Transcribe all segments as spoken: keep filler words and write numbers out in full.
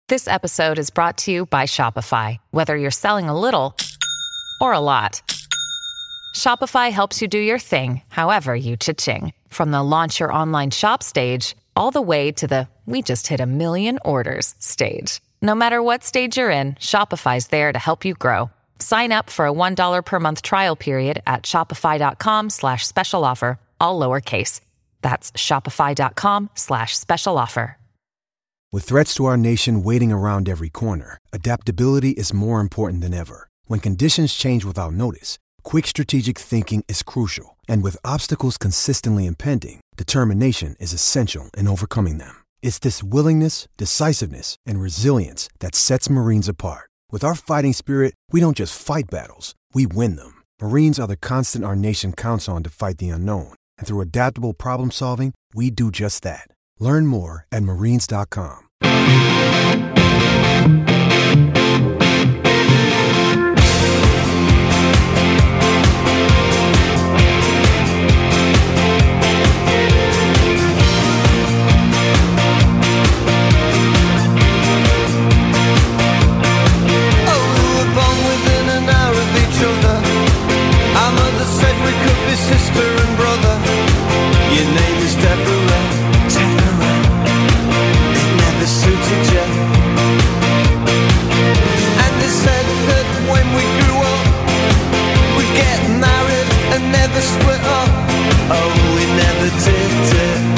This episode is brought to you by Shopify. Whether you're selling a little or a lot, Shopify helps you do your thing, however you cha-ching. From the launch your online shop stage, all the way to the we just hit a million orders stage. No matter what stage you're in, Shopify's there to help you grow. Sign up for a one dollar per month trial period at shopify.com slash special offer, all lowercase. That's shopify.com slash special offer. With threats to our nation waiting around every corner, adaptability is more important than ever. When conditions change without notice, quick strategic thinking is crucial. And with obstacles consistently impending, determination is essential in overcoming them. It's this willingness, decisiveness, and resilience that sets Marines apart. With our fighting spirit, we don't just fight battles, we win them. Marines are the constant our nation counts on to fight the unknown. And through adaptable problem solving, we do just that. Learn more at marines dot com. Sister and brother, your name is Deborah. Deborah, it never suited you. And they said that when we grew up, we'd get married and never split up. Oh, we never did it.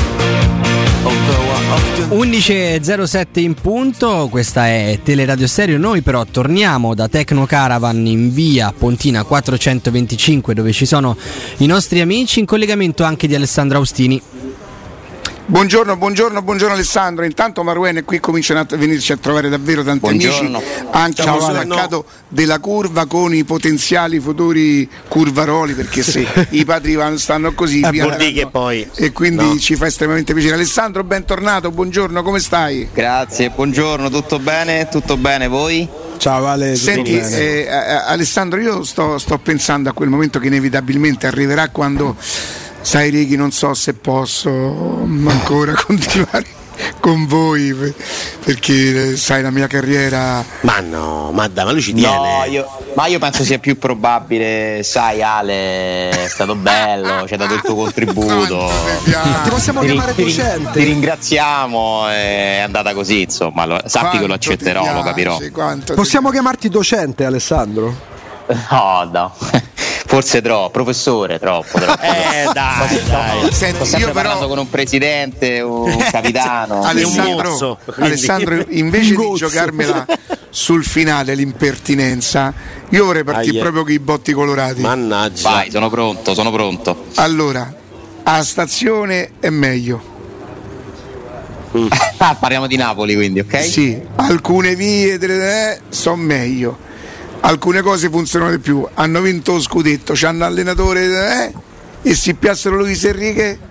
undici e zero sette in punto, questa è Teleradio Stereo. Noi però torniamo da Tecno Caravan in via Pontina quattrocentoventicinque, dove ci sono i nostri amici, in collegamento anche di Alessandro Austini. Buongiorno, buongiorno, buongiorno Alessandro. Intanto Maruene qui cominciano a venirci a trovare davvero tanti buongiorno. Amici anche Ciao, sul mercato della curva con i potenziali futuri curvaroli, perché se i padri vanno, stanno così che poi, e quindi no. Ci fa estremamente piacere. Alessandro, bentornato, buongiorno, come stai? Grazie, buongiorno, tutto bene? Tutto bene, voi? Ciao Ale. Senti eh, Alessandro, io sto, sto pensando a quel momento che inevitabilmente arriverà, quando sai Righi, non so se posso ancora continuare con voi, perché sai la mia carriera. Ma no, ma dai, ma lui ci tiene. No, io, ma io penso sia più probabile, sai Ale, è stato bello, ci hai dato il tuo contributo. Ti possiamo ti, chiamare ti, docente. Ti ringraziamo, è andata così, insomma, lo, sappi quanto che lo accetterò, piace, lo capirò. Possiamo chiamarti docente, Alessandro? No, no. Forse troppo, professore, troppo, troppo. Eh dai, dai. Senti, Sto io però parlando con un presidente, un capitano. Alessandro, mozzo, Alessandro invece di giocarmela sul finale l'impertinenza, io vorrei partire Aie. proprio con i botti colorati. Mannaggia. Vai, sono pronto, sono pronto. Allora, a stazione è meglio. Mm. Ah, parliamo di Napoli quindi, ok? Sì, alcune vie eh, sono meglio. Alcune cose funzionano di più. Hanno vinto lo scudetto, c'hanno allenatore eh? E si piazzano Luis Enrique.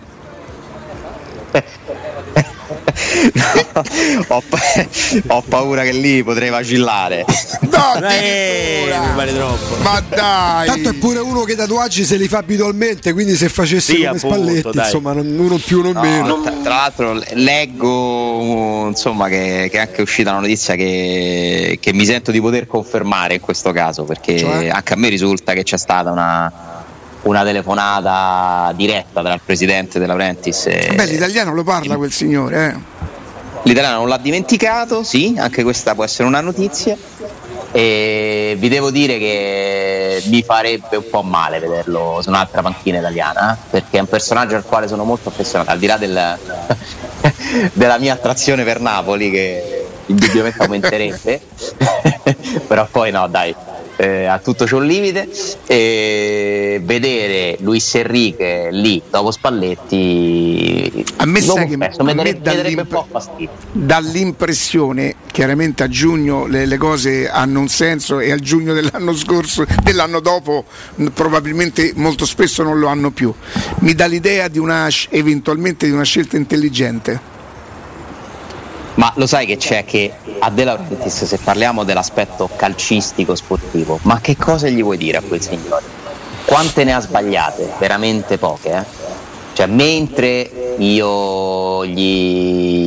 No, ho, ho paura che lì potrei vacillare. No, eh, mi pare troppo. ma dai. Tanto è pure uno che i tatuaggi se li fa abitualmente, quindi se facesse sì, come appunto, Spalletti, dai. insomma, uno più non No, meno. tra, tra l'altro leggo insomma che, che è anche uscita una notizia che, che mi sento di poter confermare in questo caso, perché Cioè? anche a me risulta che c'è stata una, una telefonata diretta tra il presidente della Prentice e... Beh, l'italiano lo parla quel signore, eh. L'italiano non l'ha dimenticato, sì, anche questa può essere una notizia. E vi devo dire che mi farebbe un po' male vederlo su un'altra panchina italiana, eh? Perché è un personaggio al quale sono molto affezionato, al di là del, della mia attrazione per Napoli, che indubbiamente aumenterebbe. Però poi no, dai, eh, a tutto c'è un limite, e vedere Luis Enrique lì dopo Spalletti a me sai che confesso, a mi me darebbe, dà, mi darebbe un l'imp- po' fastidio. dà l'impressione, chiaramente a giugno le, le cose hanno un senso e al giugno dell'anno scorso, dell'anno dopo probabilmente molto spesso non lo hanno più. Mi dà l'idea di una eventualmente di una scelta intelligente. Ma lo sai che c'è, che a De Laurentiis, se parliamo dell'aspetto calcistico sportivo, ma che cosa gli vuoi dire a quel signore? Quante ne ha sbagliate? Veramente poche, eh? Cioè, mentre io gli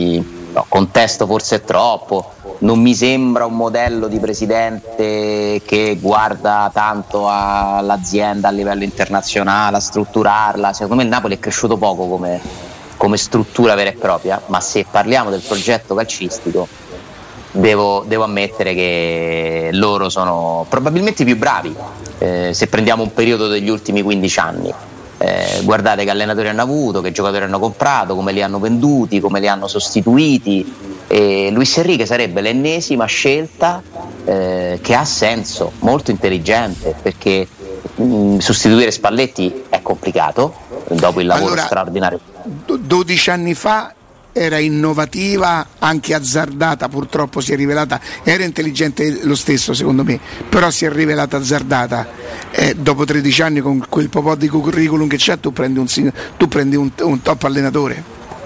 no, contesto forse è troppo, non mi sembra un modello di presidente che guarda tanto all'azienda a livello internazionale, a strutturarla. Secondo me il Napoli è cresciuto poco come, come struttura vera e propria, ma se parliamo del progetto calcistico devo, devo ammettere che loro sono probabilmente i più bravi, eh, se prendiamo un periodo degli ultimi quindici anni. Eh, guardate che allenatori hanno avuto, che giocatori hanno comprato, come li hanno venduti, come li hanno sostituiti, e Luis Enrique sarebbe l'ennesima scelta eh, che ha senso, molto intelligente, perché mh, sostituire Spalletti è complicato dopo il lavoro allora, straordinario. dodici anni fa era innovativa, anche azzardata, purtroppo si è rivelata, era intelligente lo stesso secondo me, però si è rivelata azzardata. Eh, dopo tredici anni con quel po' di curriculum che c'è tu prendi un, tu prendi un, un top allenatore.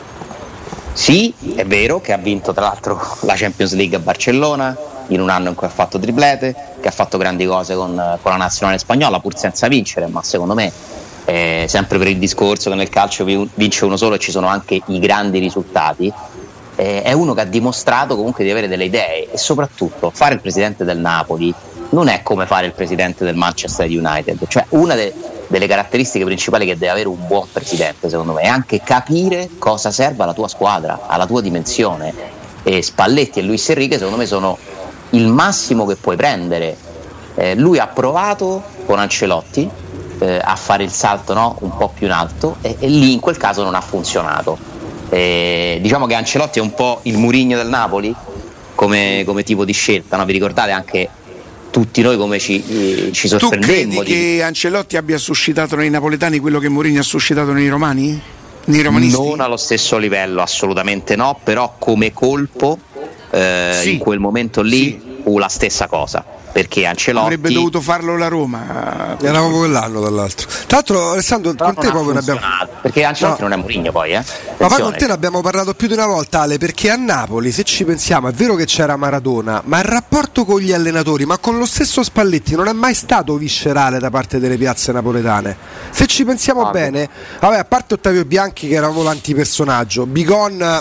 Sì, è vero che ha vinto tra l'altro la Champions League a Barcellona in un anno in cui ha fatto triplete, che ha fatto grandi cose con, con la nazionale spagnola pur senza vincere, ma secondo me Eh, sempre per il discorso che nel calcio vince uno solo e ci sono anche i grandi risultati, eh, è uno che ha dimostrato comunque di avere delle idee, e soprattutto fare il presidente del Napoli non è come fare il presidente del Manchester United, cioè una de- delle caratteristiche principali che deve avere un buon presidente secondo me è anche capire cosa serve alla tua squadra, alla tua dimensione, e Spalletti e Luis Enrique secondo me sono il massimo che puoi prendere. Eh, lui ha provato con Ancelotti Eh, a fare il salto, no? Un po' più in alto, e, e lì in quel caso non ha funzionato. Eh, diciamo che Ancelotti è un po' il Mourinho del Napoli come, come tipo di scelta, no? Vi ricordate anche tutti noi come ci, eh, ci sorprendemmo? Tu credi di... che Ancelotti abbia suscitato nei napoletani quello che Mourinho ha suscitato nei romani? Nei romanisti? Non allo stesso livello, assolutamente no, però come colpo eh, sì. in quel momento lì sì. fu la stessa cosa, perché Ancelotti avrebbe dovuto farlo la Roma, era proprio quell'anno dall'altro. Tra l'altro Alessandro, però con te proprio ne abbiamo, perché Ancelotti no. non è Mourinho poi eh? Ma poi con te ne abbiamo parlato più di una volta, Ale, perché a Napoli, se ci pensiamo, è vero che c'era Maradona, ma il rapporto con gli allenatori, ma con lo stesso Spalletti, non è mai stato viscerale da parte delle piazze napoletane. Se ci pensiamo ah, bene, vabbè, a parte Ottavio Bianchi che era proprio l'antipersonaggio, Bigon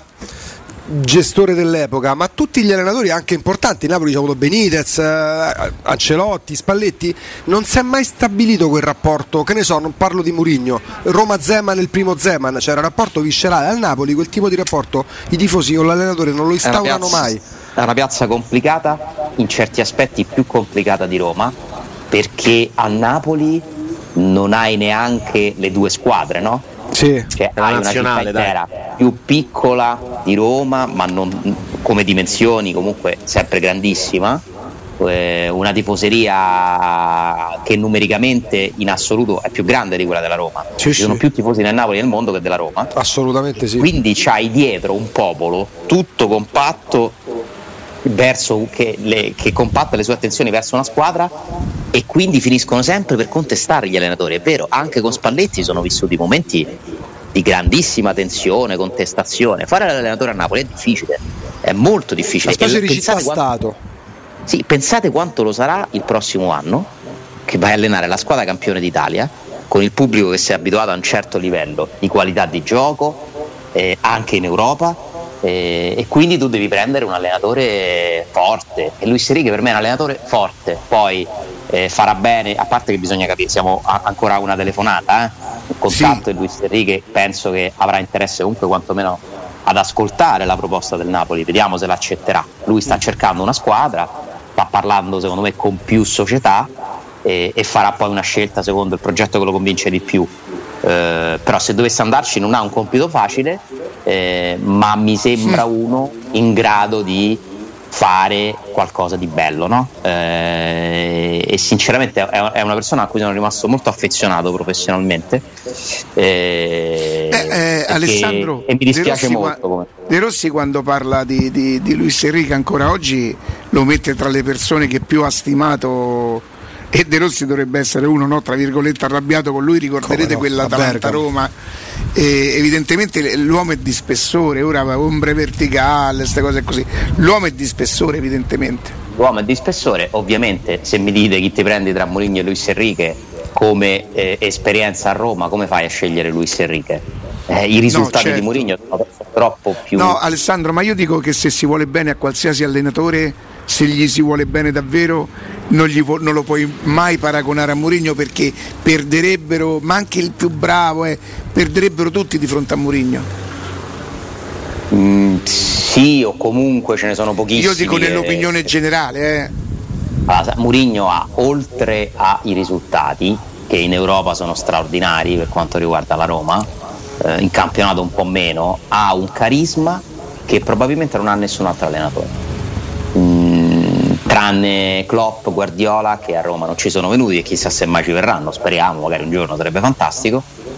gestore dell'epoca, ma tutti gli allenatori anche importanti, Napoli c'ha avuto Benitez, eh, Ancelotti, Spalletti, non si è mai stabilito quel rapporto, che ne so, non parlo di Mourinho, Roma-Zeman, il primo Zeman, c'era un rapporto viscerale. Al Napoli quel tipo di rapporto i tifosi con l'allenatore non lo instaurano mai. È una piazza complicata, in certi aspetti più complicata di Roma, perché a Napoli non hai neanche le due squadre, no? Sì, cioè hai una città intera più piccola di Roma, ma non come dimensioni comunque sempre grandissima, eh, una tifoseria che numericamente in assoluto è più grande di quella della Roma. Sì, ci sono sì. più tifosi nel Napoli nel mondo che della Roma, assolutamente sì. Quindi c'hai dietro un popolo tutto compatto verso che, le, che compatta le sue attenzioni verso una squadra, e quindi finiscono sempre per contestare gli allenatori. È vero, anche con Spalletti sono vissuti momenti di grandissima tensione, contestazione. Fare l'allenatore a Napoli è difficile, è molto difficile. Una specie e di città-stato. Sì, pensate quanto lo sarà il prossimo anno, che vai a allenare la squadra campione d'Italia con il pubblico che si è abituato a un certo livello di qualità di gioco, eh, anche in Europa. Eh, e quindi tu devi prendere un allenatore forte, e Luis Enrique per me è un allenatore forte. Poi eh, farà bene, a parte che bisogna capire, siamo a, ancora a una telefonata, eh? un contatto, sì. E Luis Enrique penso che avrà interesse comunque quantomeno ad ascoltare la proposta del Napoli, vediamo se l'accetterà. Lui sta cercando una squadra, sta parlando secondo me con più società, e, e farà poi una scelta secondo il progetto che lo convince di più. Eh, però se dovesse andarci non ha un compito facile, eh, ma mi sembra uno in grado di fare qualcosa di bello, no? Eh, e sinceramente è, è una persona a cui sono rimasto molto affezionato professionalmente, eh, eh, eh, Alessandro, e mi dispiace De Rossi, molto come... De Rossi quando parla di, di, di Luis Enrique ancora oggi lo mette tra le persone che più ha stimato, e De Rossi dovrebbe essere uno, no, tra virgolette, arrabbiato con lui. Ricorderete no, quell'Atalanta-Roma, eh, evidentemente l'uomo è di spessore, ora ombre verticali, queste cose così, l'uomo è di spessore evidentemente. L'uomo è di spessore, ovviamente se mi dite chi ti prendi tra Mourinho e Luis Enrique come eh, esperienza a Roma, come fai a scegliere Luis Enrique? Eh, I risultati no, certo. di Mourinho sono troppo più. No, Alessandro, ma io dico che se si vuole bene a qualsiasi allenatore, se gli si vuole bene davvero, non, gli pu- non lo puoi mai paragonare a Mourinho, perché perderebbero, ma anche il più bravo, eh, perderebbero tutti di fronte a Mourinho. Mm, sì, o comunque ce ne sono pochissimi. Io dico nell'opinione che... generale. Eh. Allora, Mourinho ha, oltre ai risultati, che in Europa sono straordinari per quanto riguarda la Roma, eh, in campionato un po' meno, ha un carisma che probabilmente non ha nessun altro allenatore. Mm, tranne Klopp, Guardiola, che a Roma non ci sono venuti e chissà se mai ci verranno, speriamo, magari un giorno, sarebbe fantastico.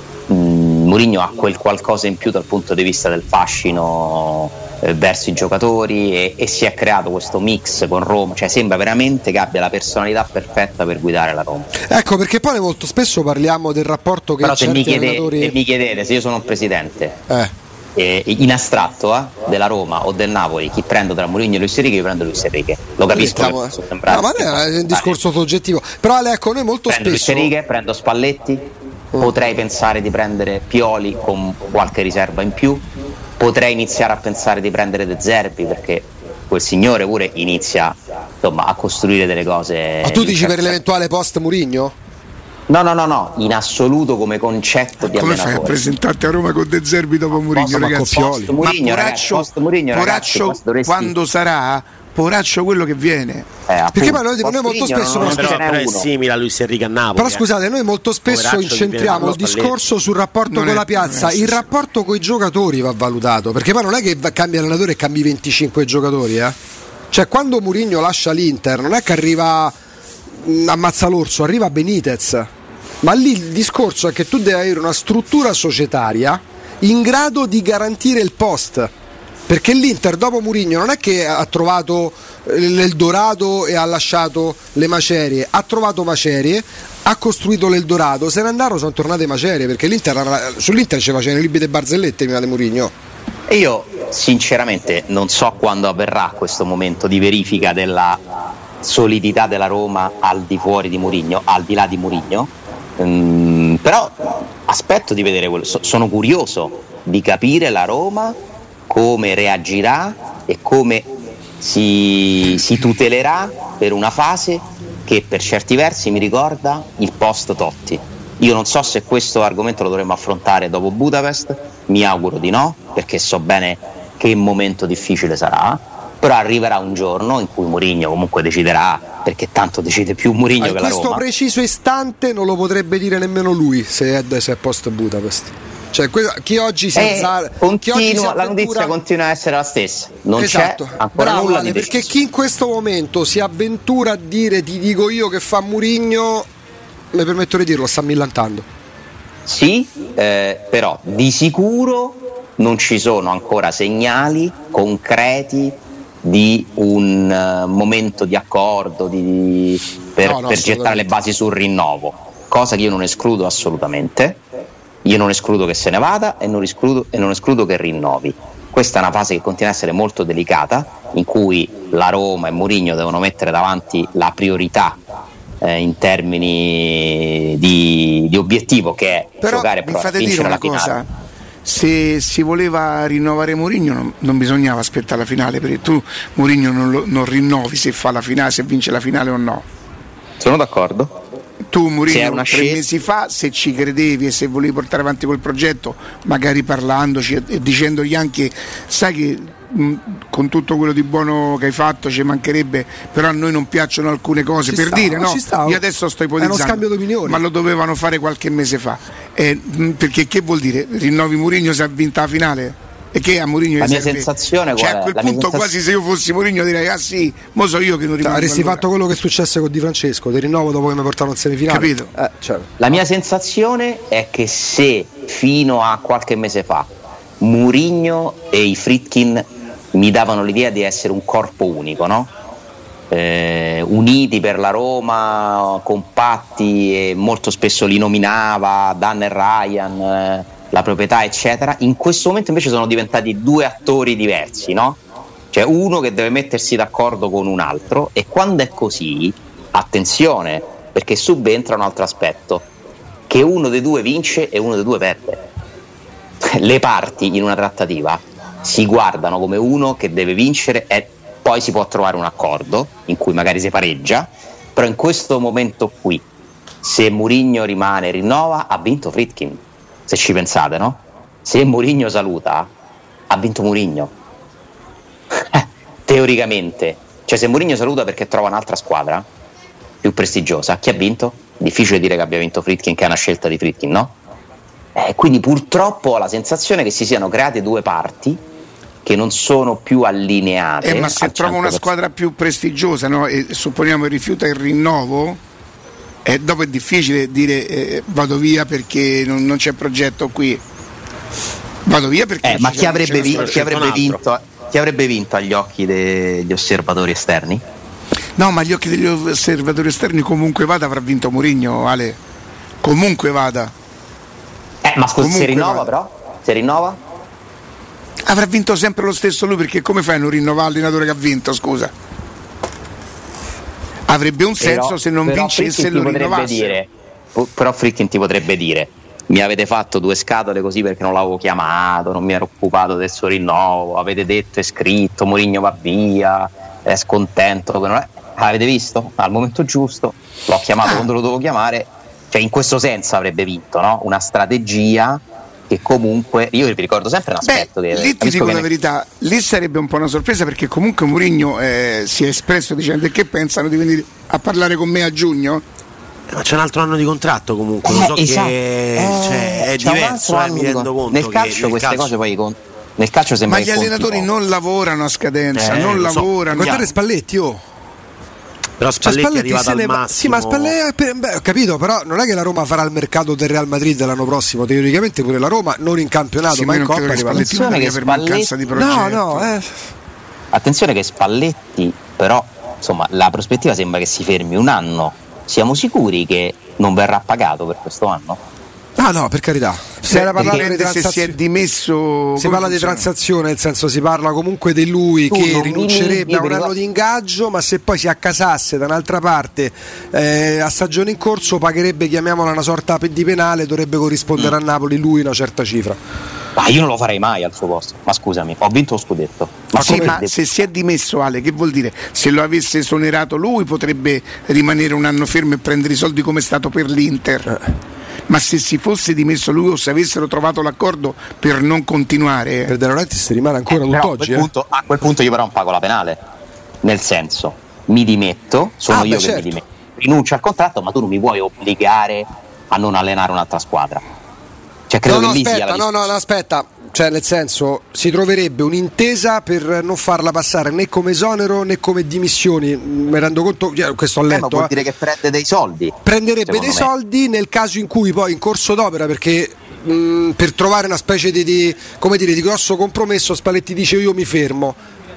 Mm, Mourinho ha quel qualcosa in più dal punto di vista del fascino eh, verso i giocatori e, e si è creato questo mix con Roma, cioè sembra veramente che abbia la personalità perfetta per guidare la Roma. Ecco perché poi molto spesso parliamo del rapporto che però se certi mi, chiede, allenatori... se mi chiedete se io sono un presidente eh. eh, in astratto eh, della Roma o del Napoli, chi prendo tra Mourinho e Luis Enrique, io prendo Luis Enrique, lo capisco. Stiamo, che eh. no, ma è un discorso soggettivo, però ecco, noi molto prendo spesso Luis Enrique, prendo Spalletti, potrei pensare di prendere Pioli con qualche riserva in più, potrei iniziare a pensare di prendere De Zerbi, perché quel signore pure inizia, insomma, a costruire delle cose. Ma tu dici per l'eventuale post Mourinho? No, no, no, no, in assoluto come concetto di come allenatore. Fai a presentarti a Roma con De Zerbi dopo Mourinho, ragazzi? Ma Mourinho, ragazzi, post Mourinho, Poraccio, ragazzi, dovresti... quando sarà Poraccio quello che viene, eh, perché poi noi, noi molto spesso non, non però, però è simile a Luis Enrique a Napoli. Però scusate, noi molto spesso Poveraccio incentriamo il discorso sul rapporto non con è, la piazza, il rapporto con i giocatori va valutato, perché poi non è che cambia allenatore e cambi venticinque giocatori, eh? Cioè quando Mourinho lascia l'Inter non è che arriva ammazza l'orso, arriva Benitez, ma lì il discorso è che tu devi avere una struttura societaria in grado di garantire il post. Perché l'Inter dopo Mourinho non è che ha trovato l'Eldorado e ha lasciato le macerie, ha trovato macerie, ha costruito l'Eldorado, se ne andarono, sono tornate macerie, perché l'Inter, sull'Inter ci facevano i libri de barzellette prima di Mourinho. E io sinceramente non so quando avverrà questo momento di verifica della solidità della Roma al di fuori di Mourinho, al di là di Mourinho, um, però aspetto di vedere quello, so, sono curioso di capire la Roma come reagirà e come si, si tutelerà per una fase che per certi versi mi ricorda il post Totti. Io non so se questo argomento lo dovremmo affrontare dopo Budapest, mi auguro di no, perché so bene che momento difficile sarà, però arriverà un giorno in cui Mourinho comunque deciderà, perché tanto decide più Mourinho che la Roma. In questo preciso istante non lo potrebbe dire nemmeno lui se è, se è post Budapest. Cioè, chi oggi si alza, continua, chi oggi si la avventura... notizia continua a essere la stessa, non esatto. c'è ancora Bravo, nulla Ale, di perché deciso. chi in questo momento si avventura a dire ti dico io che fa Mourinho, mi permetto di dirlo, sta millantando. Sì, eh, però di sicuro non ci sono ancora segnali concreti di un uh, momento di accordo di, per, no, no, per gettare le basi sul rinnovo, cosa che io non escludo assolutamente. Io non escludo che se ne vada e non escludo, e non escludo che rinnovi. Questa è una fase che continua a essere molto delicata, in cui la Roma e Mourinho devono mettere davanti la priorità eh, in termini di, di obiettivo, che è però giocare mi pro- fate vincere dire una la finale. cosa, se si voleva rinnovare Mourinho non, non bisognava aspettare la finale, perché tu Mourinho non, lo, non rinnovi se fa la finale, se vince la finale o no. Sono d'accordo. Tu Mourinho tre scel- mesi fa, se ci credevi e se volevi portare avanti quel progetto, magari parlandoci e, e dicendogli anche, sai che mh, con tutto quello di buono che hai fatto ci mancherebbe, però a noi non piacciono alcune cose, Ci per stavo, dire no, ci stavo. io adesso sto ipotizzando, è uno scambio d'opinioni, ma lo dovevano fare qualche mese fa, eh, mh, perché che vuol dire? Rinnovi Mourinho se ha vinto la finale? E che a Mourinho la mia serve? sensazione cioè qual è? a quel La punto sensaz- quasi se io fossi Mourinho direi ah sì, mo so io che non rimango. Avresti allora. fatto quello che è successo con Di Francesco, ti rinnovo dopo che mi portano in semifinale. Capito? Eh, cioè. La mia sensazione è che se fino a qualche mese fa Mourinho e i Friedkin mi davano l'idea di essere un corpo unico, no? Eh, uniti per la Roma, compatti, e molto spesso li nominava Dan e Ryan, eh, la proprietà eccetera, in questo momento invece sono diventati due attori diversi, no? Cioè uno che deve mettersi d'accordo con un altro, e quando è così, attenzione, perché subentra un altro aspetto, che uno dei due vince e uno dei due perde. Le parti in una trattativa si guardano come uno che deve vincere e poi si può trovare un accordo in cui magari si pareggia, però in questo momento qui, se Mourinho rimane e rinnova, ha vinto Friedkin, se ci pensate, no? Se Mourinho saluta, ha vinto Mourinho. Teoricamente, cioè se Mourinho saluta perché trova un'altra squadra più prestigiosa, chi ha vinto? Difficile dire che abbia vinto Friedkin, che è una scelta di Friedkin, no? Eh, quindi purtroppo ho la sensazione che si siano create due parti che non sono più allineate. Eh, ma se trova una squadra più prestigiosa, no? E supponiamo rifiuta il rinnovo, eh, dopo è difficile dire eh, vado via perché non, non c'è progetto qui. Vado via perché eh, ma chi avrebbe, vi- chi, avrebbe vinto, chi avrebbe vinto agli occhi degli osservatori esterni? No, ma agli occhi degli osservatori esterni comunque vada avrà vinto Mourinho, Ale. Comunque vada. Eh, ma scusa, comunque se rinnova vada. però? Se rinnova? Avrà vinto sempre lo stesso lui, perché come fai a non rinnovare l'allenatore che ha vinto, scusa? Avrebbe un senso però, se non vincesse e lo rinnovasse. Dire, però Friedkin ti potrebbe dire: mi avete fatto due scatole così perché non l'avevo chiamato, non mi ero occupato del suo rinnovo, avete detto e scritto Mourinho va via, è scontento che non è. Avete visto? Al momento giusto l'ho chiamato ah. quando lo dovevo chiamare, cioè in questo senso avrebbe vinto, no? Una strategia che comunque io vi ricordo sempre un aspetto. Beh, che lì ti dico che la ne... verità, lì sarebbe un po' una sorpresa, perché comunque Mourinho eh, si è espresso dicendo che pensano di venire a parlare con me a giugno. Ma c'è un altro anno di contratto comunque, lo eh, so esatto. che eh, cioè, è diverso, eh, mi rendo conto. Nel calcio che nel queste calcio... cose poi con... nel calcio sembra ma gli allenatori non lavorano a scadenza, eh, non lo so. lavorano. Guardate Spalletti, oh. Però Spalletti, cioè, Spalletti è arrivato al ne... massimo. Sì, ma Spalletti, beh, ho capito, però non è che la Roma farà il mercato del Real Madrid l'anno prossimo. Teoricamente pure la Roma, non in campionato, sì, ma in non Coppa credo che arriva. Spalletti non che per Spalletti... mancanza di progetto. No, no, eh. Attenzione che Spalletti, però, insomma, la prospettiva sembra che si fermi un anno. Siamo sicuri che non verrà pagato per questo anno? Ah no, per carità. Si era parlato di se si è dimesso. Si parla di transazione, nel senso si parla comunque di lui tu che rinuncierebbe a un anno di ingaggio, ma se poi si accasasse da un'altra parte eh, a stagione in corso pagherebbe, chiamiamola una sorta di penale, dovrebbe corrispondere mm. a Napoli lui una certa cifra. Ma io non lo farei mai al suo posto. Ma scusami, ho vinto lo scudetto. Ma, sì, ma se si è dimesso, Ale, che vuol dire? Se lo avesse esonerato lui potrebbe rimanere un anno fermo e prendere i soldi come è stato per l'Inter. Eh. Ma se si fosse dimesso lui o se avessero trovato l'accordo per non continuare, per De Laurentiis rimane ancora eh, tutt'oggi. A, eh? a quel punto io però non pago la penale. Nel senso, mi dimetto, sono ah, io beh, che certo. mi dimetto, rinuncio al contratto, ma tu non mi puoi obbligare a non allenare un'altra squadra. Cioè, credo no, no, che lì aspetta, sia la... no, no, no, aspetta. Cioè, nel senso, si troverebbe un'intesa per non farla passare né come esonero né come dimissioni. Mi rendo conto, questo ho letto. Eh, ma vuol eh. dire che prende dei soldi. Prenderebbe dei me. soldi nel caso in cui poi in corso d'opera, perché mh, per trovare una specie di, di, come dire, di grosso compromesso, Spalletti dice io mi fermo.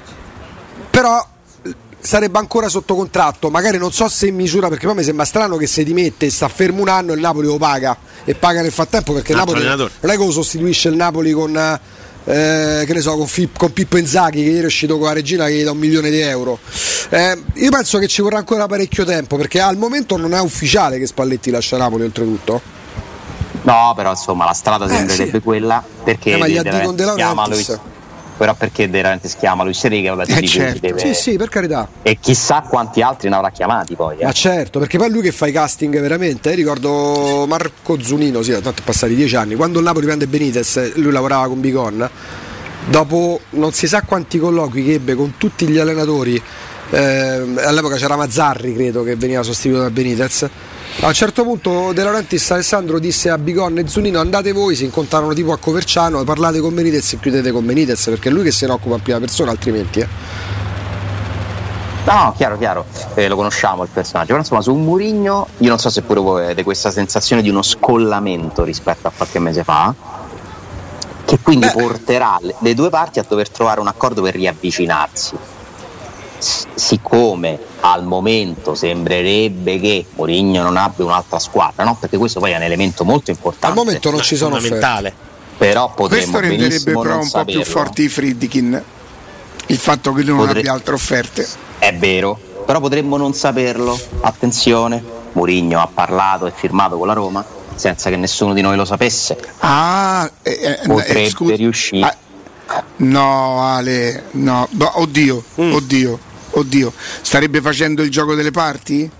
Però sarebbe ancora sotto contratto, magari non so se in misura, perché poi mi sembra strano che se dimette e sta fermo un anno e il Napoli lo paga e paga nel frattempo, perché il Napoli allenatore. Non è che lo sostituisce il Napoli con eh, che ne so, con, Fi, con Pippo Inzaghi, che ieri è uscito con la regina che gli dà un milione di euro. Eh, io penso che ci vorrà ancora parecchio tempo, perché al momento non è ufficiale che Spalletti lascia Napoli, oltretutto. No, però insomma la strada sembrerebbe eh, sì. quella, perché eh, ma gli addi con De Laurentiis. Però perché De Laurentiis chiama Luis Enrique, vabbè, eh, certo. deve... sì sì, per carità, e chissà quanti altri ne avrà chiamati poi eh. Ma certo, perché poi lui che fa i casting veramente, eh, ricordo Marco Zunino, sì, tanto è passati dieci anni, quando il Napoli prende Benitez, lui lavorava con Bigon, dopo non si sa quanti colloqui che ebbe con tutti gli allenatori, eh, all'epoca c'era Mazzarri credo che veniva sostituito da Benitez. A un certo punto De Laurentiis Alessandro disse a Bigon e Zunino andate voi, si incontrarono tipo a Coverciano, parlate con Benitez e chiudete con Benitez, perché è lui che se ne occupa in prima persona, altrimenti eh. No, chiaro, chiaro, eh, lo conosciamo il personaggio, però insomma su un Mourinho io non so se pure voi avete questa sensazione di uno scollamento rispetto a qualche mese fa, che quindi Beh. porterà le, le due parti a dover trovare un accordo per riavvicinarsi. S- siccome al momento sembrerebbe che Mourinho non abbia un'altra squadra, no? Perché questo poi è un elemento molto importante. Al momento non ci sono offerte. Però potremmo questo renderebbe però un saperlo. po' più forti i Friedkin, il fatto che lui non Potre... abbia altre offerte. È vero, però potremmo non saperlo. Attenzione, Mourinho ha parlato e firmato con la Roma senza che nessuno di noi lo sapesse. Ah, eh, potrebbe eh, scusa, riuscire. Ah, No, Ale, no. No, oddio, mm. oddio, oddio. Starebbe facendo il gioco delle parti?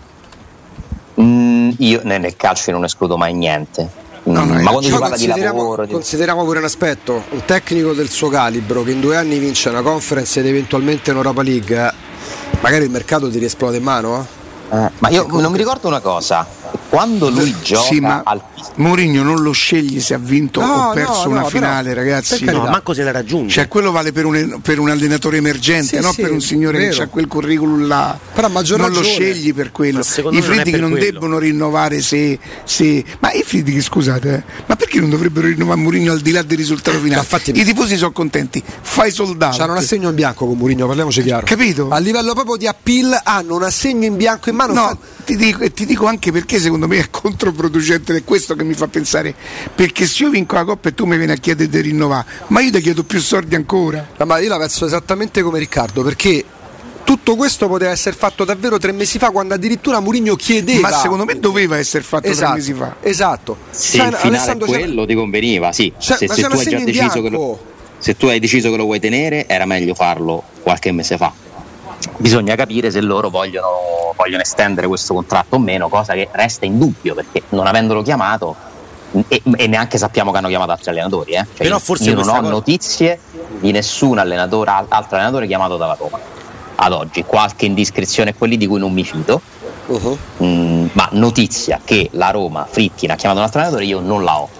Mm, io nel calcio non escludo mai niente. No, no, ma quando si parla consideriamo, di lavoro di... consideriamo pure un aspetto, un tecnico del suo calibro che in due anni vince una Conference ed eventualmente un'Europa League, magari il mercato ti riesplode in mano, eh? Eh, ma io non mi ricordo una cosa, quando lui gioca sì, ma al Mourinho non lo scegli se ha vinto no, o perso no, una no, finale, però, ragazzi. No, manco se la raggiunge. Cioè, quello vale per un, per un allenatore emergente, sì, non sì, per un signore vero. che ha quel curriculum là. Però a maggior non ragione. lo scegli per quello. I Friedrich non quello. debbono rinnovare se, se. Ma i Friedrich, scusate, eh, ma perché non dovrebbero rinnovare Mourinho al di là del risultato finale? Infatti, i tifosi sono contenti, fai soldato. C'hanno un assegno in bianco con Mourinho, parliamoci chiaro. Capito? A livello proprio di appeal hanno un assegno in bianco in mano. No, fa... ti dico, e ti dico anche perché secondo me è controproducente, ed è questo che mi fa pensare. Perché se io vinco la Coppa e tu mi vieni a chiedere di rinnovare, ma io ti chiedo più soldi ancora. No, ma io la penso esattamente come Riccardo, perché tutto questo poteva essere fatto davvero tre mesi fa, quando addirittura Mourinho chiedeva. Ma secondo me doveva essere fatto esatto, tre mesi fa. Esatto. Se cioè, il finale è Alessandro, quello ti conveniva, sì. Cioè, se, ma se c'è tu un hai già assegno in deciso che lo, bianco. se tu hai deciso che lo vuoi tenere, era meglio farlo qualche mese fa. Bisogna capire se loro vogliono, vogliono estendere questo contratto o meno, cosa che resta in dubbio, perché non avendolo chiamato e, e neanche sappiamo che hanno chiamato altri allenatori, eh. Cioè, Però io, forse io non ho cosa... notizie di nessun allenatore, altro allenatore chiamato dalla Roma ad oggi. Qualche indiscrezione è quelli di cui non mi fido, uh-huh. mm, ma notizia che la Roma Friedkin ha chiamato un altro allenatore io non la ho,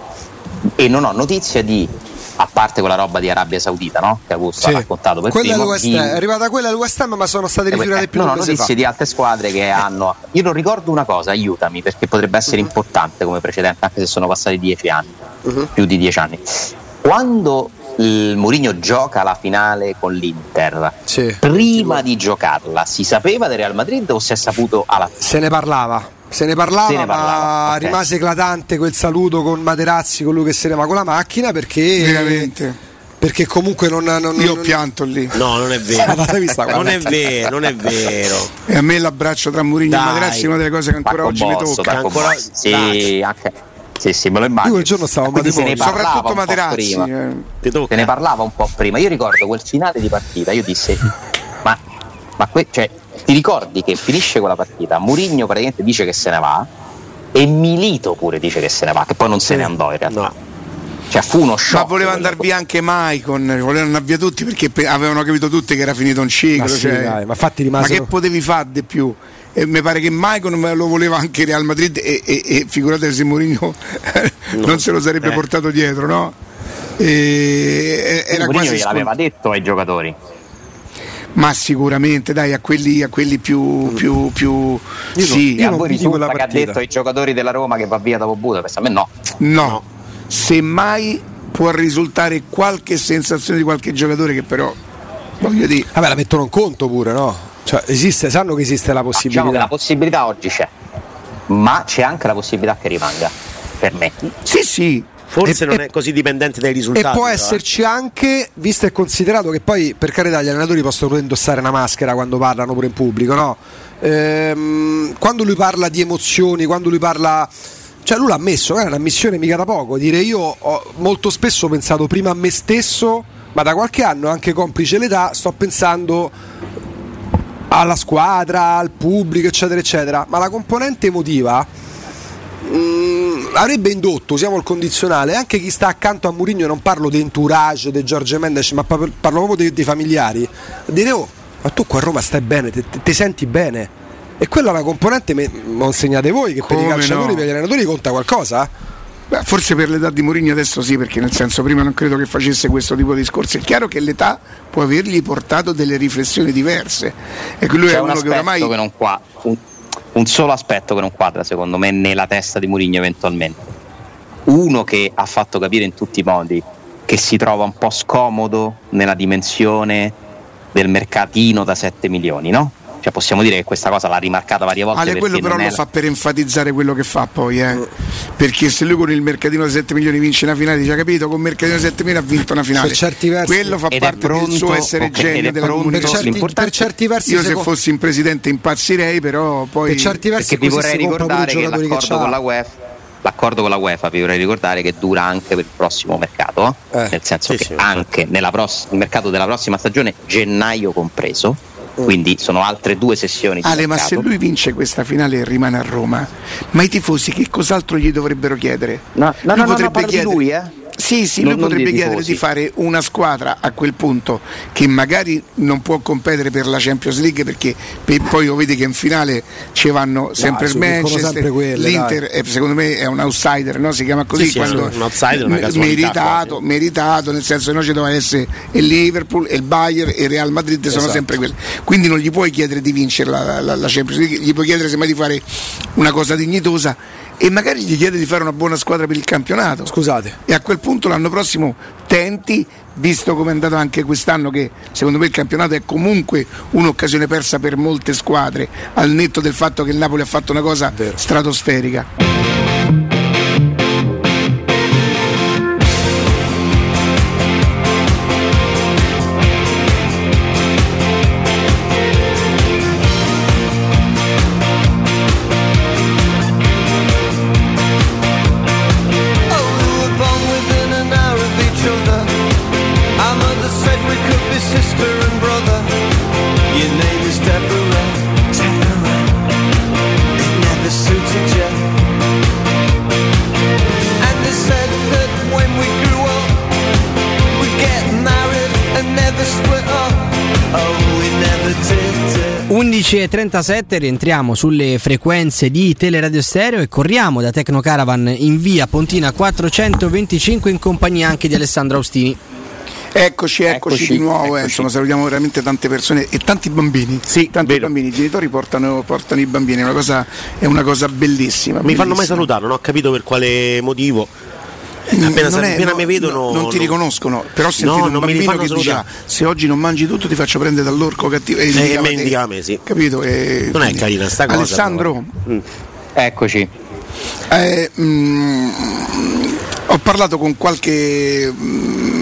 e non ho notizia di, a parte quella roba di Arabia Saudita, no? Che Augusto sì. ha raccontato per quella primo, West di... è arrivata quella al West Ham, ma sono state rifiutate eh, più no, di no, un mese notizie fa. di altre squadre che hanno. Io non ricordo una cosa, aiutami, perché potrebbe essere uh-huh. importante come precedente, anche se sono passati dieci anni, uh-huh. più di dieci anni. Quando il Mourinho gioca la finale con l'Inter, sì. prima di giocarla si sapeva del Real Madrid o si è saputo alla fine? Se ne parlava. Se ne parlava, se ne parlava ma okay. rimase eclatante quel saluto con Materazzi, colui che se ne va con la macchina, perché veramente perché comunque non, non io ho non... pianto lì. No, non è vero. non è vero, non è vero. E a me l'abbraccio tra Mourinho e Materazzi è una delle cose che ancora Pacco oggi Bosso, mi tocca. Ancora... Sì, anche Sì, sì, me lo immagino. Io quel giorno stavo quindi se ne soprattutto Materazzi. Eh. Se ne parlava un po' prima. Io ricordo quel finale di partita, io dissi ma, ma que- cioè, ti ricordi che finisce quella partita? Mourinho praticamente dice che se ne va e Milito pure dice che se ne va, che poi non se ne andò in realtà. No. Cioè fu uno shock. Ma voleva andare via anche Maicon, volevano andare via tutti perché avevano capito tutti che era finito un ciclo. Ma, sì, cioè, dai, ma, infatti rimasero... ma che potevi fare di più? E mi pare che Maicon lo voleva anche Real Madrid e, e, e figurate se Mourinho no. non se lo sarebbe eh. portato dietro, no? E, era Mourinho quasi gliel'aveva detto ai giocatori. Ma sicuramente dai, a quelli, a quelli più, più, più io sì. E a voi risulta che ha detto ai giocatori della Roma che va via dopo Budapest? A me no. No, no. Semmai può risultare qualche sensazione di qualche giocatore che però voglio dire. Vabbè, la mettono in conto pure, no? Cioè esiste, sanno che esiste la possibilità. Diciamo che la possibilità oggi c'è, ma c'è anche la possibilità che rimanga, per me. Sì, sì. Forse e, non e, è così dipendente dai risultati. E può però, esserci eh. anche, visto e considerato che poi per carità gli allenatori possono pure indossare una maschera quando parlano pure in pubblico, no? Ehm, quando lui parla di emozioni, quando lui parla, cioè lui l'ha ammesso, è una missione mica da poco, dire io ho molto spesso pensato prima a me stesso, ma da qualche anno anche complice l'età sto pensando alla squadra, al pubblico, eccetera eccetera, ma la componente emotiva mh, avrebbe indotto, usiamo il condizionale, anche chi sta accanto a Mourinho, non parlo di entourage, di Giorgio Mendes, ma parlo proprio dei, dei familiari, a dire oh, ma tu qua a Roma stai bene, ti senti bene, e quella è una componente, me lo insegnate voi, che Come per i calciatori, no? per gli allenatori conta qualcosa? Beh, forse per l'età di Mourinho adesso sì, perché nel senso prima non credo che facesse questo tipo di discorsi. È chiaro che l'età può avergli portato delle riflessioni diverse, e lui C'è è un uno che oramai che non qua, un, un solo aspetto che non quadra secondo me nella testa di Mourinho eventualmente, uno che ha fatto capire in tutti i modi che si trova un po' scomodo nella dimensione del mercatino da sette milioni, no? Cioè possiamo dire che questa cosa l'ha rimarcata varie volte. Ale, quello però lo la... fa per enfatizzare quello che fa poi, eh. Perché se lui con il mercatino da sette milioni vince una finale, dice capito, con il mercatino da sette milioni ha vinto una finale, per certi versi, quello fa parte pronto, del suo essere okay, genio della comunità. Per certi, per certi versi io se co- fossi in presidente impazzirei, però poi per certi versi perché vi vorrei ricordare che l'accordo che con la UEFA l'accordo con la UEFA, vi vorrei ricordare che dura anche per il prossimo mercato, eh, nel senso sì, che sì, anche nel pross- mercato della prossima stagione, gennaio compreso, mm. quindi sono altre due sessioni di Ale, mercato. Ma se lui vince questa finale e rimane a Roma, ma i tifosi che cos'altro gli dovrebbero chiedere? No, no, lui no, potrebbe no, chiedere... di lui, eh? Sì, sì, non, lui potrebbe chiedere tifosi. di fare una squadra a quel punto che magari non può competere per la Champions League, perché per, poi lo vedi che in finale ci vanno sempre dai, il Manchester, sempre quelle, l'Inter è, secondo me è un outsider, no? Si chiama così, sì, quando sì, un outsider, una meritato, quasi. meritato, nel senso che noi ci doveva essere il Liverpool, il Bayern e il Real Madrid, sono esatto. sempre quelli, quindi non gli puoi chiedere di vincere la, la, la Champions League, gli puoi chiedere semmai di fare una cosa dignitosa e magari gli chiede di fare una buona squadra per il campionato. Scusate. E a quel punto l'anno prossimo tenti, visto come è andato anche quest'anno, che secondo me il campionato è comunque un'occasione persa per molte squadre, al netto del fatto che il Napoli ha fatto una cosa Vero. stratosferica. undici e trentasette, rientriamo sulle frequenze di Teleradio Stereo e corriamo da Tecnocaravan in via Pontina quattrocentoventicinque in compagnia anche di Alessandro Austini. Eccoci, eccoci, eccoci di nuovo, eccoci. Eh, insomma salutiamo veramente tante persone e tanti bambini, sì, tanti vero. bambini, i genitori portano, portano i bambini, è una cosa, è una cosa bellissima. Mi bellissima. fanno mai salutare, non ho capito per quale motivo. Appena, non è, appena no, mi vedono no, non ti no. riconoscono, però ho sentito no, un non bambino mi che diceva se oggi non mangi tutto ti faccio prendere dall'orco cattivo e eh, me indica a me, sì. Capito? E, non è carina sta cosa. Alessandro, mm. eccoci. Eh, mm, ho parlato con qualche mm,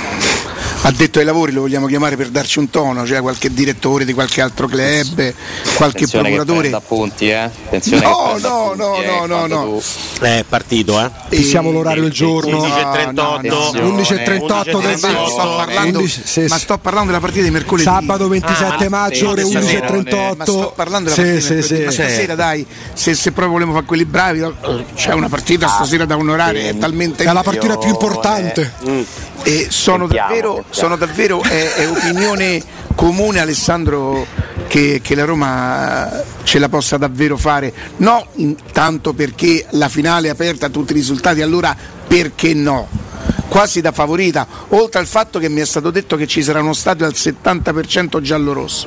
addetto ai lavori, lo vogliamo chiamare per darci un tono, cioè qualche direttore di qualche altro club, qualche Attenzione procuratore. Che appunti, eh? Attenzione no, che no, appunti, no, eh, no, no, no. tu... È partito, eh? Fissiamo l'orario il giorno. undici e trentotto undici e trentotto del ma sto parlando, undici, sì, ma sto parlando della partita di mercoledì. Sabato ventisette ah, maggio, ore sì, undici e Ma trentotto. sto parlando della sì, partita sì, di mercoledì. sì. Ma stasera dai, se, se proprio volevamo fare quelli bravi, c'è una partita stasera da onorare, è talmente è la partita più importante. Mm. E sono Sentiamo, davvero, sentiamo. sono davvero è, è opinione comune, Alessandro, che, che la Roma ce la possa davvero fare, no tanto perché la finale è aperta a tutti i risultati, allora perché no? Quasi da favorita, oltre al fatto che mi è stato detto che ci sarà uno stadio al settanta per cento giallo-rosso.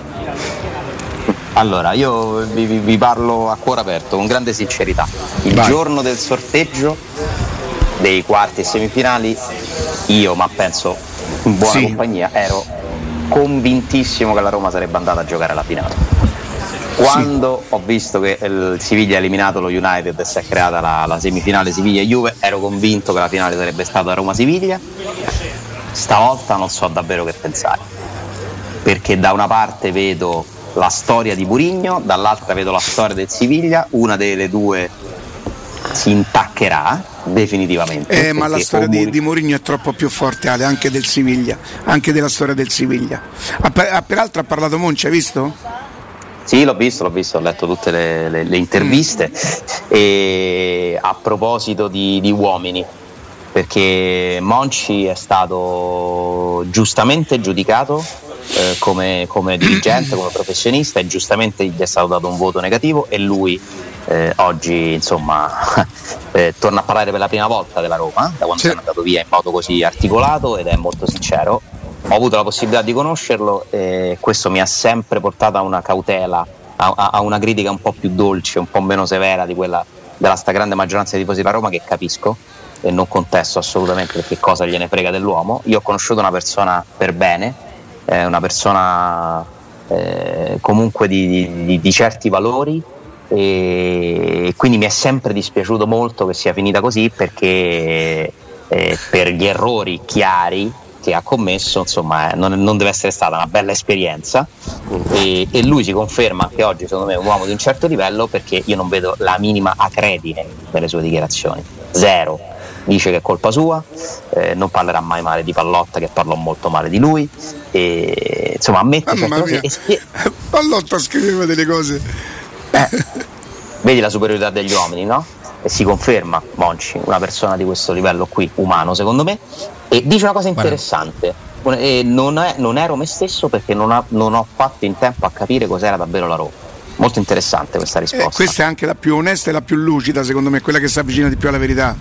Allora, io vi, vi, vi parlo a cuore aperto, con grande sincerità. Il Vai. giorno del sorteggio dei quarti e semifinali, io, ma penso in buona Sì. compagnia, ero convintissimo che la Roma sarebbe andata a giocare la finale. Quando sì. ho visto che il Siviglia ha eliminato lo United e si è creata la, la semifinale Siviglia-Juve, ero convinto che la finale sarebbe stata Roma-Siviglia. Stavolta non so davvero che pensare, perché da una parte vedo la storia di Mourinho, dall'altra vedo la storia del Siviglia, una delle due si intaccherà definitivamente. Eh, ma la storia di, di Mourinho è troppo più forte, Ale, anche del Siviglia, anche della storia del Siviglia. Ah, per, ah, peraltro ha parlato Monci, hai visto? Sì, l'ho visto, l'ho visto, ho letto tutte le, le, le interviste. Mm. E a proposito di, di uomini, perché Monci è stato giustamente giudicato eh, come, come dirigente, come professionista, e giustamente gli è stato dato un voto negativo, e lui eh, oggi insomma eh, torna a parlare per la prima volta della Roma da quando sì. è andato via in modo così articolato, ed è molto sincero. Ho avuto la possibilità di conoscerlo e questo mi ha sempre portato a una cautela, a, a una critica un po' più dolce, un po' meno severa di quella della stragrande maggioranza dei tifosi della Roma, che capisco e non contesto assolutamente, perché cosa gliene frega dell'uomo. Io ho conosciuto una persona per bene, eh, una persona eh, comunque di, di, di certi valori, e quindi mi è sempre dispiaciuto molto che sia finita così, perché eh, per gli errori chiari che ha commesso, insomma, non, non deve essere stata una bella esperienza, e, e lui si conferma anche oggi secondo me un uomo di un certo livello, perché io non vedo la minima acredine nelle sue dichiarazioni, zero. Dice che è colpa sua, eh, non parlerà mai male di Pallotta, che parlò molto male di lui, e insomma ammette certe cose e spie- Pallotta scriveva delle cose, eh, vedi la superiorità degli uomini, no? E si conferma Monchi una persona di questo livello qui, umano secondo me, e dice una cosa interessante: e non, è, non ero me stesso perché non, ha, non ho fatto in tempo a capire cos'era davvero la Roma. Molto interessante questa risposta. Eh, questa è anche la più onesta e la più lucida secondo me, quella che si avvicina di più alla verità.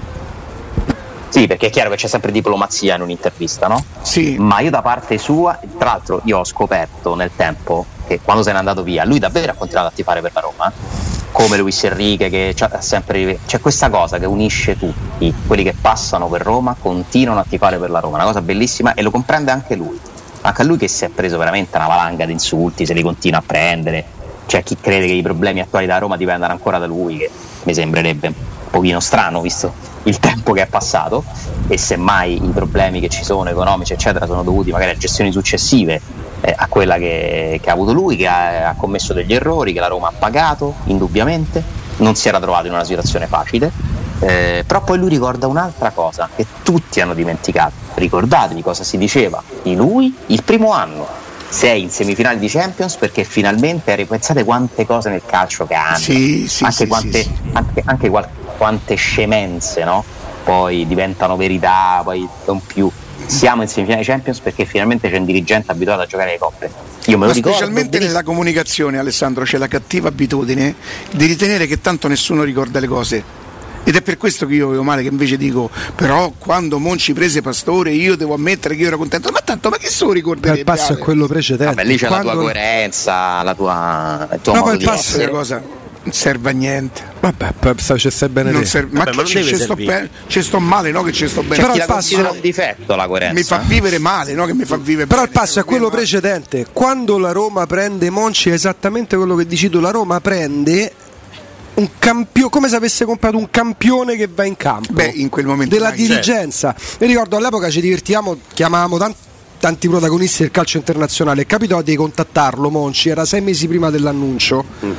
Sì, perché è chiaro che c'è sempre diplomazia in un'intervista, no? Sì. Ma io da parte sua, tra l'altro io ho scoperto nel tempo che quando se n'è andato via, lui davvero ha continuato a tifare per la Roma, come Luis Enrique, che c'ha sempre, c'è questa cosa che unisce tutti, quelli che passano per Roma continuano a tifare per la Roma, una cosa bellissima, e lo comprende anche lui, anche a lui che si è preso veramente una valanga di insulti, se li continua a prendere. C'è chi crede che i problemi attuali da Roma dipendano ancora da lui, che mi sembrerebbe un pochino strano visto il tempo che è passato, e semmai i problemi che ci sono economici eccetera sono dovuti magari a gestioni successive eh, a quella che, che ha avuto lui, che ha, ha commesso degli errori, che la Roma ha pagato indubbiamente, non si era trovato in una situazione facile, eh, però poi lui ricorda un'altra cosa che tutti hanno dimenticato. Ricordatevi cosa si diceva di lui il primo anno: sei in semifinale di Champions perché finalmente, ripensate quante cose nel calcio che hanno, sì, sì, anche sì, quante, sì, sì. anche, anche qual- quante scemenze, no? Poi diventano verità, poi non più. Siamo in semifinale di Champions perché finalmente c'è un dirigente abituato a giocare le coppe. Io me lo Ma ricordo specialmente benissimo. nella comunicazione, Alessandro, c'è la cattiva abitudine di ritenere che tanto nessuno ricorda le cose. Ed è per questo che io avevo male, che invece dico, però quando Monchi prese Pastore io devo ammettere che io ero contento, ma tanto ma che se lo ricorderebbe? Il passo è quello precedente. Vabbè, lì c'è Quando... la tua coerenza, la tua, il tuo no, modo ma il di passo è essere. una cosa, non serve a niente. Vabbè, ci stai bene Non te. serve, ma, Vabbè, che ma non ci, deve ci sto, servire. pe- ci sto male, no? Che ci sto bene. Però Chi il la passo- considera un difetto la coerenza. Mi fa vivere male, no? Che mi fa vivere Però il bene, passo è quello male. precedente. Quando la Roma prende Monchi è esattamente quello che dici tu. La Roma prende un campione, come se avesse comprato un campione che va in campo. Beh, in quel momento della dai, dirigenza. Mi ricordo all'epoca ci divertivamo, chiamavamo tanti, tanti protagonisti del calcio internazionale. Capitò di contattarlo Monchi, era sei mesi prima dell'annuncio. Mm.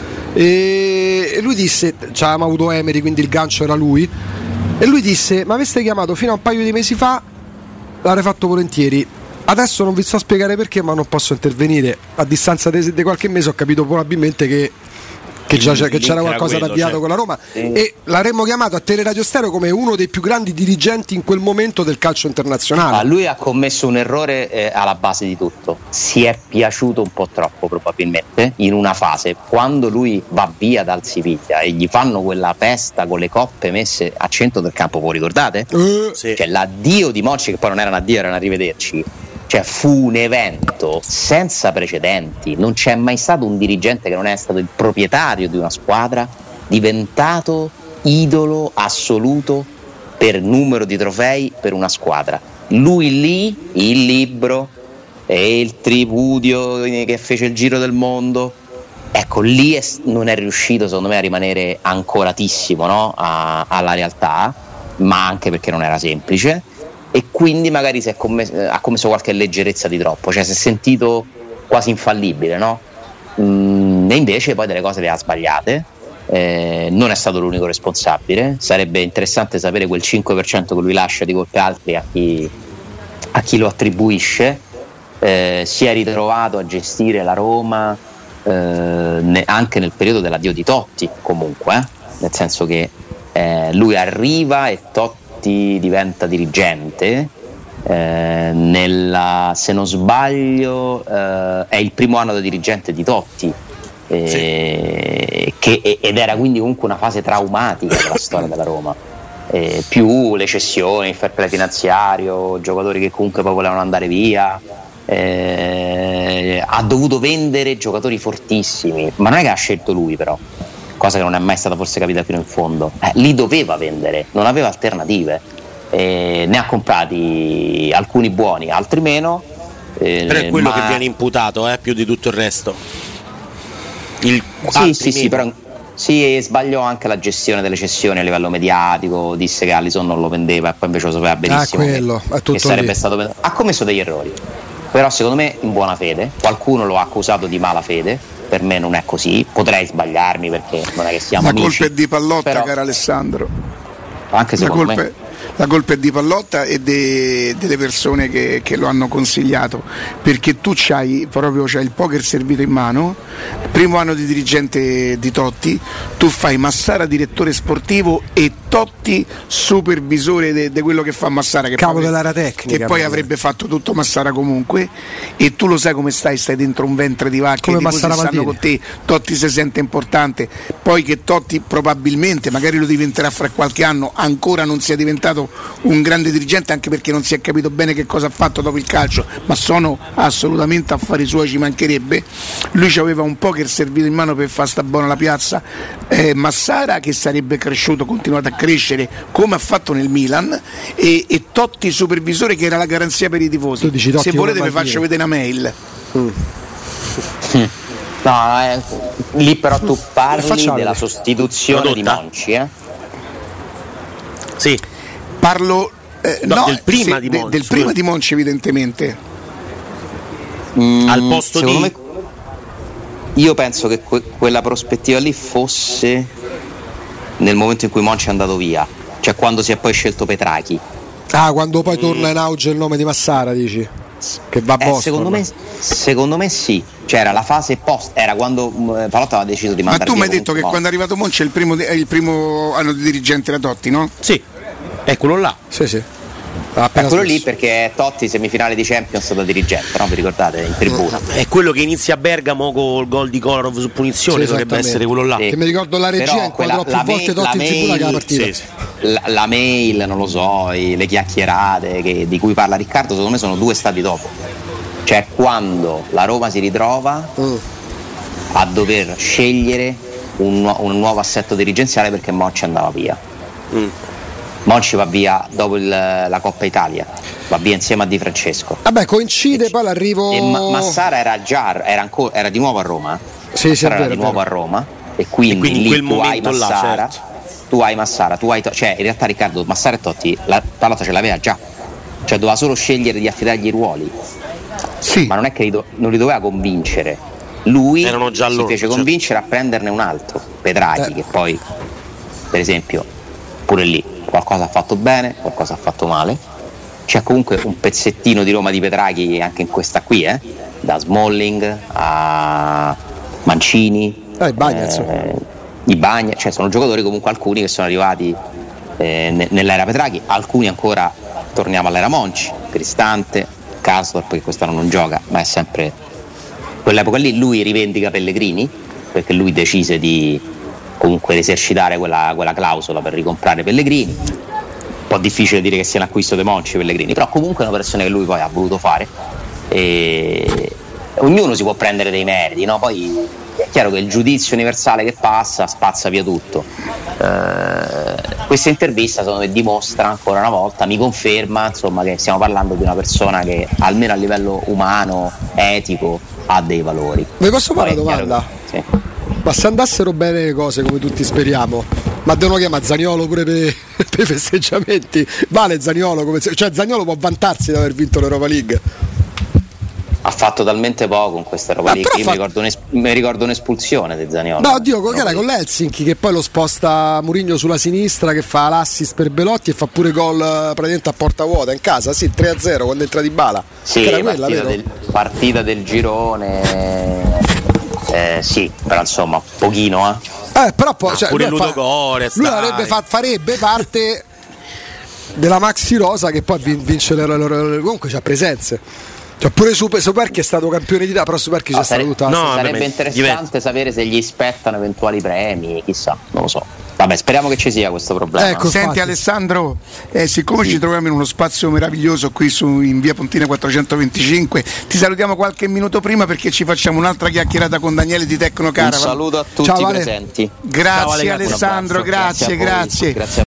E lui disse, ci avevamo avuto Emery, quindi il gancio era lui. E lui disse: ma aveste chiamato fino a un paio di mesi fa, l'avrei fatto volentieri. Adesso non vi so spiegare perché, ma non posso intervenire. A distanza di qualche mese ho capito probabilmente che Che, già, che c'era qualcosa da avviato, certo, con la Roma, sì. E l'avremmo chiamato a Teleradio Stereo come uno dei più grandi dirigenti in quel momento del calcio internazionale. Ah, lui ha commesso un errore eh, alla base di tutto, si è piaciuto un po' troppo probabilmente in una fase, quando lui va via dal Siviglia e gli fanno quella festa con le coppe messe a centro del campo, voi ricordate? Uh, sì. Cioè l'addio di Monchi, che poi non era un addio, era un arrivederci. Cioè fu un evento senza precedenti, non c'è mai stato un dirigente che non è stato il proprietario di una squadra diventato idolo assoluto per numero di trofei per una squadra. Lui lì, il libro e il tripudio che fece il giro del mondo, ecco lì è, non è riuscito secondo me a rimanere ancoratissimo, no? a, alla realtà, ma anche perché non era semplice. E quindi magari si è commesso, ha commesso qualche leggerezza di troppo, cioè si è sentito quasi infallibile, no? Mm, e invece poi delle cose le ha sbagliate, eh, non è stato l'unico responsabile. Sarebbe interessante sapere quel cinque per cento che lui lascia di colpe altre a chi, a chi lo attribuisce. Eh, si è ritrovato a gestire la Roma eh, ne, anche nel periodo dell'addio di Totti, comunque, eh? Nel senso che eh, lui arriva e Totti diventa dirigente, eh, nella, se non sbaglio eh, è il primo anno da dirigente di Totti, eh, sì. che, ed era quindi comunque una fase traumatica della storia della Roma, eh, più le cessioni, il fair play finanziario, giocatori che comunque poi volevano andare via, eh, ha dovuto vendere giocatori fortissimi, ma non è che ha scelto lui, però cosa che non è mai stata forse capita fino in fondo, eh, li doveva vendere, non aveva alternative, eh, ne ha comprati alcuni buoni, altri meno, eh, però è quello ma... che viene imputato eh, più di tutto il resto. Il sì sì sì, però sì, sbagliò anche la gestione delle cessioni a livello mediatico, disse che Alisson non lo vendeva e poi invece lo sapeva benissimo, ah, quello, che, che sarebbe lì. stato ha commesso degli errori, però secondo me in buona fede. Qualcuno lo ha accusato di mala fede, per me non è così, potrei sbagliarmi perché non è che siamo la amici. La colpa è di Pallotta, però, caro Alessandro. Anche secondo la colpa me. È... La colpa è di Pallotta e de, delle persone che, che lo hanno consigliato, perché tu c'hai proprio c'hai il poker servito in mano, primo anno di dirigente di Totti, tu fai Massara direttore sportivo e Totti supervisore di quello che fa Massara, che capo poi, dell'area tecnica, che poi avrebbe fatto tutto Massara comunque, e tu lo sai come stai, stai dentro un ventre di vacche, come i tifosi Massara stanno con te, Totti si sente importante, poi che Totti probabilmente, magari lo diventerà fra qualche anno, ancora non sia diventato un grande dirigente, anche perché non si è capito bene che cosa ha fatto dopo il calcio, ma sono assolutamente affari suoi, ci mancherebbe. Lui ci aveva un poker servito in mano per far sta buona la piazza, eh, Massara che sarebbe cresciuto, continuato a crescere come ha fatto nel Milan, e, e Totti supervisore che era la garanzia per i tifosi. Se volete vi faccio vedere una mail. Mm. No, eh, lì però tu parli della sostituzione di Monchi, eh? Sì. Parlo eh, no, no, del prima, sì, di, de, Monchi, del prima di Monchi evidentemente. Mm, al posto di me, io penso che que- quella prospettiva lì fosse nel momento in cui Monchi è andato via, cioè quando si è poi scelto Petrachi. Ah, quando poi torna in auge il nome di Massara, dici? Che va a eh, Boston. Secondo me, secondo me sì, cioè era la fase post, era quando uh, Pallotta aveva deciso di mandare. Ma tu mi hai detto che Monchi. quando è arrivato Monchi è il primo, è il primo anno di dirigente da Totti, no? Sì, è quello là. Sì, sì. È quello lì perché Totti semifinale di Champions da dirigente, no? Vi ricordate? In tribuna. È quello che inizia a Bergamo col gol di Kolarov su punizione, sì, dovrebbe essere quello là. Sì. Che mi ricordo la regia inquadrò più volte Totti in tribuna che la partita. Sì, sì. La, la mail, non lo so, i, le chiacchierate che, di cui parla Riccardo, secondo me sono due stadi dopo. Cioè quando la Roma si ritrova mm. a dover scegliere un, un nuovo assetto dirigenziale perché Monchi andava via. Mm. Monchi va via dopo il, la Coppa Italia, va via insieme a Di Francesco. Vabbè, coincide e poi l'arrivo. E Ma- Massara era già era, ancora, era di nuovo a Roma. Sì, sì, era vero, di nuovo a Roma e quindi, e quindi lì in quel tu hai Massara, là, certo. tu hai Massara, tu hai to- cioè in realtà Riccardo Massara e Totti la Pallotta ce l'aveva già. Cioè doveva solo scegliere di affidargli i ruoli. Sì. Ma non è che li do- non li doveva convincere. Lui Erano già si loro, fece certo. convincere a prenderne un altro, Petrachi, eh. che poi per esempio pure lì qualcosa ha fatto bene, qualcosa ha fatto male. C'è comunque un pezzettino di Roma di Petrachi anche in questa qui, eh? Da Smalling a Mancini, eh, i Bagnets, eh, i Bagnets, cioè sono giocatori comunque alcuni che sono arrivati eh, ne- nell'era Petrachi, alcuni ancora, torniamo all'era Monchi, Cristante, Karsdorp che quest'anno non gioca, ma è sempre quell'epoca lì. Lui rivendica Pellegrini perché lui decise di comunque esercitare quella, quella clausola per ricomprare Pellegrini. Un po' difficile dire che sia un acquisto dei Monchi Pellegrini, però comunque è un'operazione che lui poi ha voluto fare e ognuno si può prendere dei meriti, no? Poi è chiaro che il giudizio universale che passa spazza via tutto. Eh, questa intervista secondo me dimostra ancora una volta, mi conferma insomma che stiamo parlando di una persona che almeno a livello umano, etico, ha dei valori. Vi posso fare una domanda? Che, sì. Ma se andassero bene le cose come tutti speriamo, ma devono chiamare Zaniolo pure per, per i festeggiamenti? Vale Zaniolo come se, cioè Zaniolo può vantarsi di aver vinto l'Europa League? Ha fatto talmente poco in questa Europa ah, League. Io fa... mi, ricordo un'es- mi ricordo un'espulsione di Zaniolo. No, oddio, che era con l'Helsinki che poi lo sposta Mourinho sulla sinistra, che fa l'assist per Belotti e fa pure gol praticamente a porta vuota in casa, sì, tre a zero quando entra Dybala. Sì, era partita, quella, del, partita del girone. Eh, sì, però insomma, pochino, eh. Eh, però poi, ah, cioè, pure lui, Ludo fa... Gores, lui avrebbe fa... farebbe parte della Maxi Rosa che poi vince le... comunque c'ha presenze. Cioè pure Super, Superchi è stato campione d'Italia, però Superchi no, c'è sare- stato tutta la no, storia. sarebbe interessante diventa. sapere se gli spettano eventuali premi, chissà, non lo so. Vabbè, speriamo che ci sia questo problema. Ecco, senti infatti. Alessandro, eh, siccome sì. ci troviamo in uno spazio meraviglioso qui su, in via Pontina quattrocentoventicinque, ti salutiamo qualche minuto prima perché ci facciamo un'altra chiacchierata con Daniele di Tecno Caravan. Un saluto a tutti Ciao, i vale. presenti. Grazie Ciao, Alessandro, grazie, grazie. grazie.